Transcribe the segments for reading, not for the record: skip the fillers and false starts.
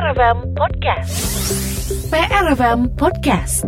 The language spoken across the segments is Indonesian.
PRFM Podcast. PRFM Podcast.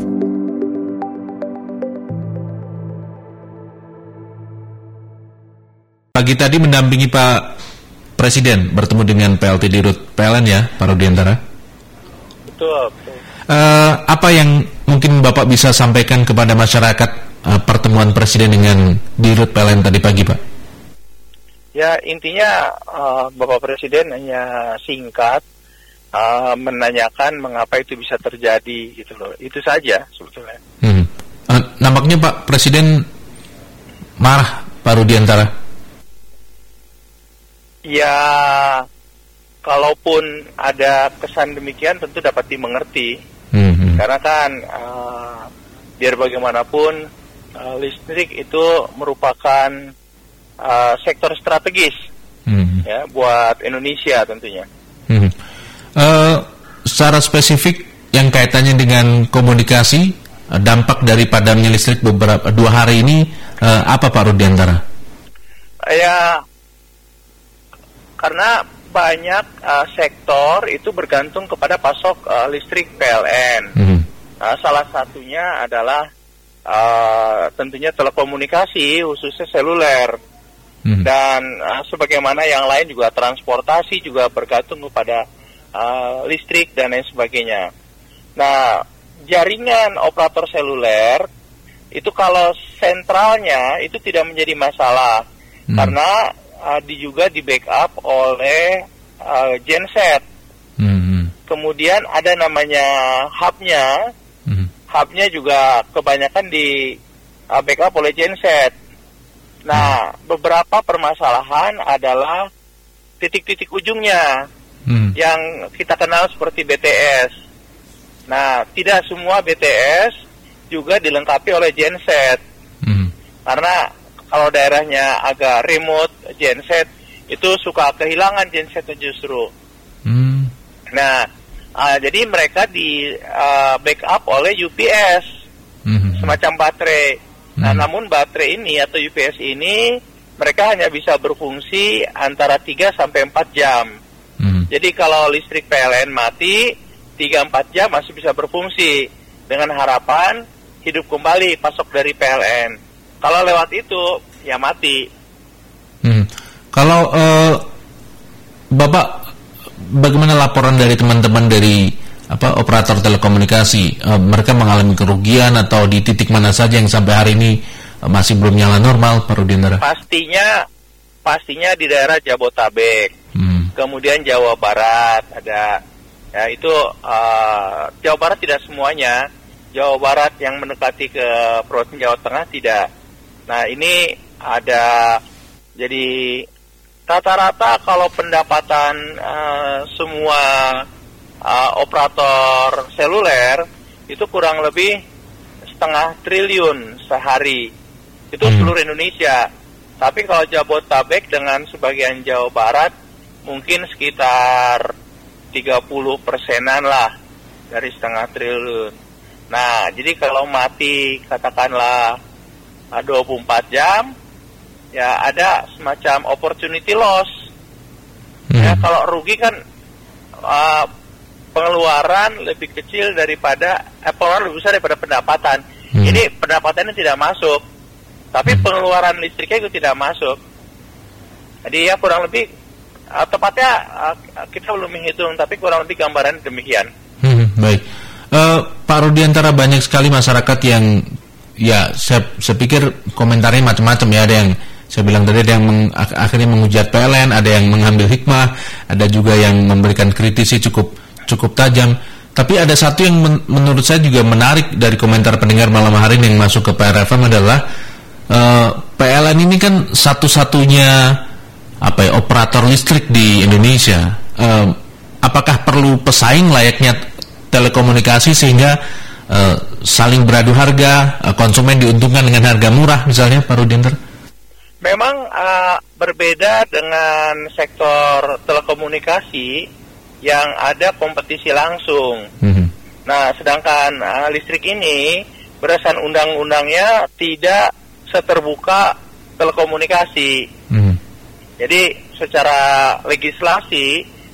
Pagi tadi mendampingi Pak Presiden bertemu dengan PLT Dirut PLN ya, Pak Rudiantara. Betul. Apa yang mungkin Bapak bisa sampaikan kepada masyarakat pertemuan Presiden dengan Dirut PLN tadi pagi, Pak? Ya, intinya Bapak Presiden hanya singkat menanyakan mengapa itu bisa terjadi gitu loh. Itu saja sebetulnya. Nampaknya Pak Presiden marah, Pak Rudiantara. Ya, kalaupun ada kesan demikian tentu dapat dimengerti. Karena kan biar bagaimanapun listrik itu merupakan sektor strategis ya buat Indonesia tentunya. Secara spesifik yang kaitannya dengan komunikasi, dampak dari padamnya listrik beberapa 2 hari ini apa Pak Rudiantara? Ya, karena banyak sektor itu bergantung kepada pasok listrik PLN. Salah satunya adalah tentunya telekomunikasi, khususnya seluler. Dan sebagaimana yang lain juga transportasi juga bergantung kepada listrik dan lain sebagainya. Nah, jaringan operator seluler itu kalau sentralnya itu tidak menjadi masalah karena juga di backup oleh genset. Kemudian ada namanya hubnya. Hubnya juga kebanyakan di backup oleh genset. Nah, beberapa permasalahan adalah titik-titik ujungnya yang kita kenal seperti BTS. Nah, tidak semua BTS juga dilengkapi oleh genset. Karena kalau daerahnya agak remote, genset itu suka kehilangan gensetnya justru. Nah, jadi mereka di backup oleh UPS, semacam baterai. Nah, namun baterai ini atau UPS ini mereka hanya bisa berfungsi antara 3 sampai 4 jam. Jadi kalau listrik PLN mati, 3-4 jam masih bisa berfungsi dengan harapan hidup kembali pasok dari PLN. Kalau lewat itu ya mati. Kalau Bapak, bagaimana laporan dari teman-teman dari operator telekomunikasi? Mereka mengalami kerugian atau di titik mana saja yang sampai hari ini masih belum nyala normal, Pak Rudiantara? Pastinya di daerah Jabotabek, kemudian Jawa Barat ada. Ya itu Jawa Barat tidak semuanya. Jawa Barat yang mendekati ke Provinsi Jawa Tengah tidak. Nah, ini ada, jadi rata-rata kalau pendapatan semua operator seluler itu kurang lebih 0,5 triliun sehari. Itu seluruh Indonesia. Tapi kalau Jabotabek dengan sebagian Jawa Barat mungkin sekitar 30%-an lah dari 0,5 triliun. Nah, jadi kalau mati katakanlah 24 jam, ya ada semacam opportunity loss. Ya, kalau rugi kan pengeluaran lebih kecil daripada pengeluaran lebih besar daripada pendapatan. Ini pendapatannya tidak masuk, tapi pengeluaran listriknya itu tidak masuk. Jadi ya kurang lebih tepatnya kita belum menghitung, tapi kurang lebih gambaran demikian. Baik, Pak Rudiantara, banyak sekali masyarakat yang ya saya pikir komentarnya macam-macam ya. Ada yang saya bilang tadi, ada yang akhirnya menghujat PLN, ada yang mengambil hikmah, ada juga yang memberikan kritisi cukup tajam. Tapi ada satu yang menurut saya juga menarik dari komentar pendengar malam hari ini yang masuk ke PRFM adalah PLN ini kan satu-satunya operator listrik di Indonesia. Apakah perlu pesaing layaknya telekomunikasi sehingga saling beradu harga, konsumen diuntungkan dengan harga murah misalnya, Pak Rudiantara? Memang berbeda dengan sektor telekomunikasi yang ada kompetisi langsung. Nah, sedangkan listrik ini berdasarkan undang-undangnya tidak seterbuka telekomunikasi. Jadi secara legislasi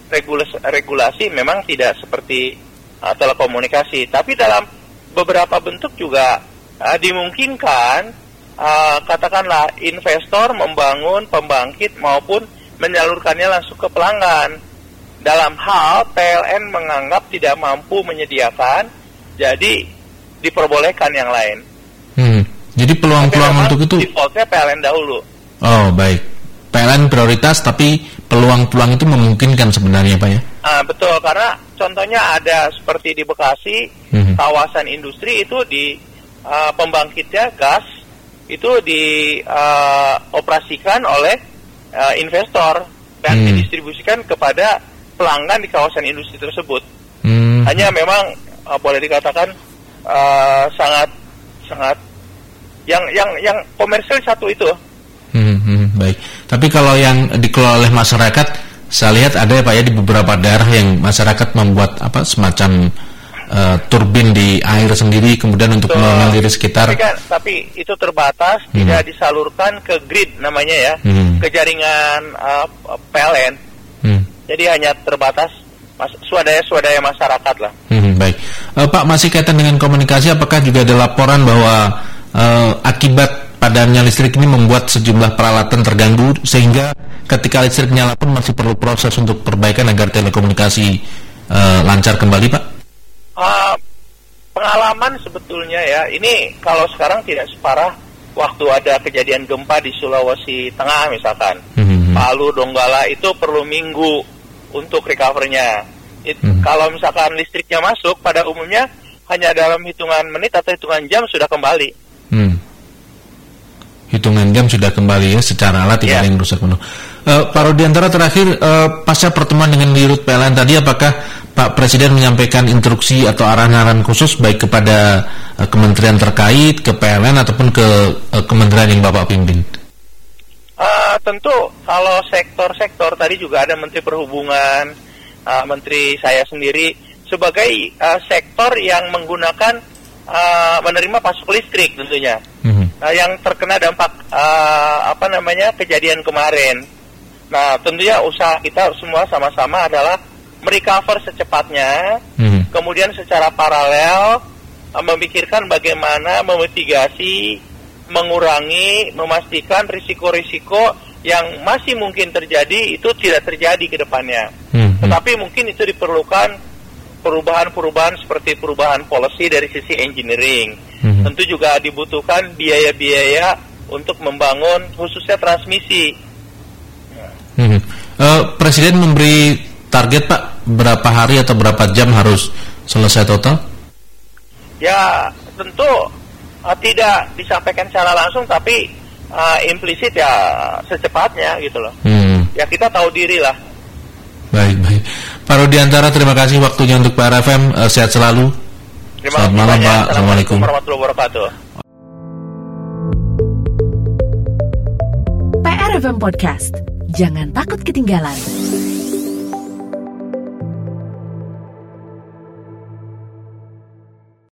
regulasi memang tidak seperti telekomunikasi, tapi dalam beberapa bentuk juga dimungkinkan katakanlah investor membangun pembangkit maupun menyalurkannya langsung ke pelanggan. Dalam hal PLN menganggap tidak mampu menyediakan, jadi diperbolehkan yang lain. Jadi peluang-peluang untuk itu defaultnya PLN dahulu. Oh baik, PLN prioritas tapi peluang-peluang itu memungkinkan sebenarnya Pak ya? Betul, karena contohnya ada seperti di Bekasi, kawasan industri itu di pembangkitnya gas itu dioperasikan oleh investor dan didistribusikan kepada pelanggan di kawasan industri tersebut. Hanya memang boleh dikatakan sangat yang komersil satu itu. Baik. Tapi kalau yang dikelola oleh masyarakat, saya lihat ada ya Pak ya di beberapa daerah yang masyarakat membuat semacam turbin di air sendiri, kemudian untuk mengalir sekitar. Tapi itu terbatas, tidak disalurkan ke grid namanya ya, ke jaringan PLN. Jadi hanya terbatas swadaya masyarakat lah. Baik. Pak, masih kaitan dengan komunikasi, apakah juga ada laporan bahwa akibat padamnya listrik ini membuat sejumlah peralatan terganggu sehingga ketika listrik nyala pun masih perlu proses untuk perbaikan agar telekomunikasi lancar kembali, Pak? Pengalaman sebetulnya ya, ini kalau sekarang tidak separah waktu ada kejadian gempa di Sulawesi Tengah misalkan. Palu, Donggala itu perlu minggu untuk recover-nya. Kalau misalkan listriknya masuk, pada umumnya hanya dalam hitungan menit atau hitungan jam sudah kembali. Hitungan jam sudah kembali ya, secara alat tidak ada yang rusak penuh. Pak Rudiantara, terakhir pasca pertemuan dengan Dirut PLN tadi, apakah Pak Presiden menyampaikan instruksi atau arahan-arahan khusus baik kepada kementerian terkait, ke PLN ataupun ke kementerian yang Bapak pimpin? Tentu kalau sektor-sektor tadi juga ada Menteri Perhubungan, Menteri saya sendiri sebagai sektor yang menggunakan menerima pasok listrik tentunya. Yang terkena dampak kejadian kemarin. Nah, tentunya usaha kita semua sama-sama adalah merecover secepatnya, kemudian secara paralel memikirkan bagaimana memitigasi, mengurangi, memastikan risiko-risiko yang masih mungkin terjadi itu tidak terjadi ke depannya. Tetapi mungkin itu diperlukan perubahan-perubahan seperti perubahan policy dari sisi engineering. Tentu juga dibutuhkan biaya-biaya untuk membangun khususnya transmisi. Presiden memberi target Pak, berapa hari atau berapa jam harus selesai total? Ya tentu tidak disampaikan secara langsung, tapi implisit ya secepatnya gitu loh. Ya kita tahu diri lah. Baik. Pak Rudiantara, terima kasih waktunya untuk Pak RFM. Sehat selalu. Selamat malam Pak. Assalamualaikum warahmatullahi wabarakatuh. PRFM Podcast. Jangan takut ketinggalan.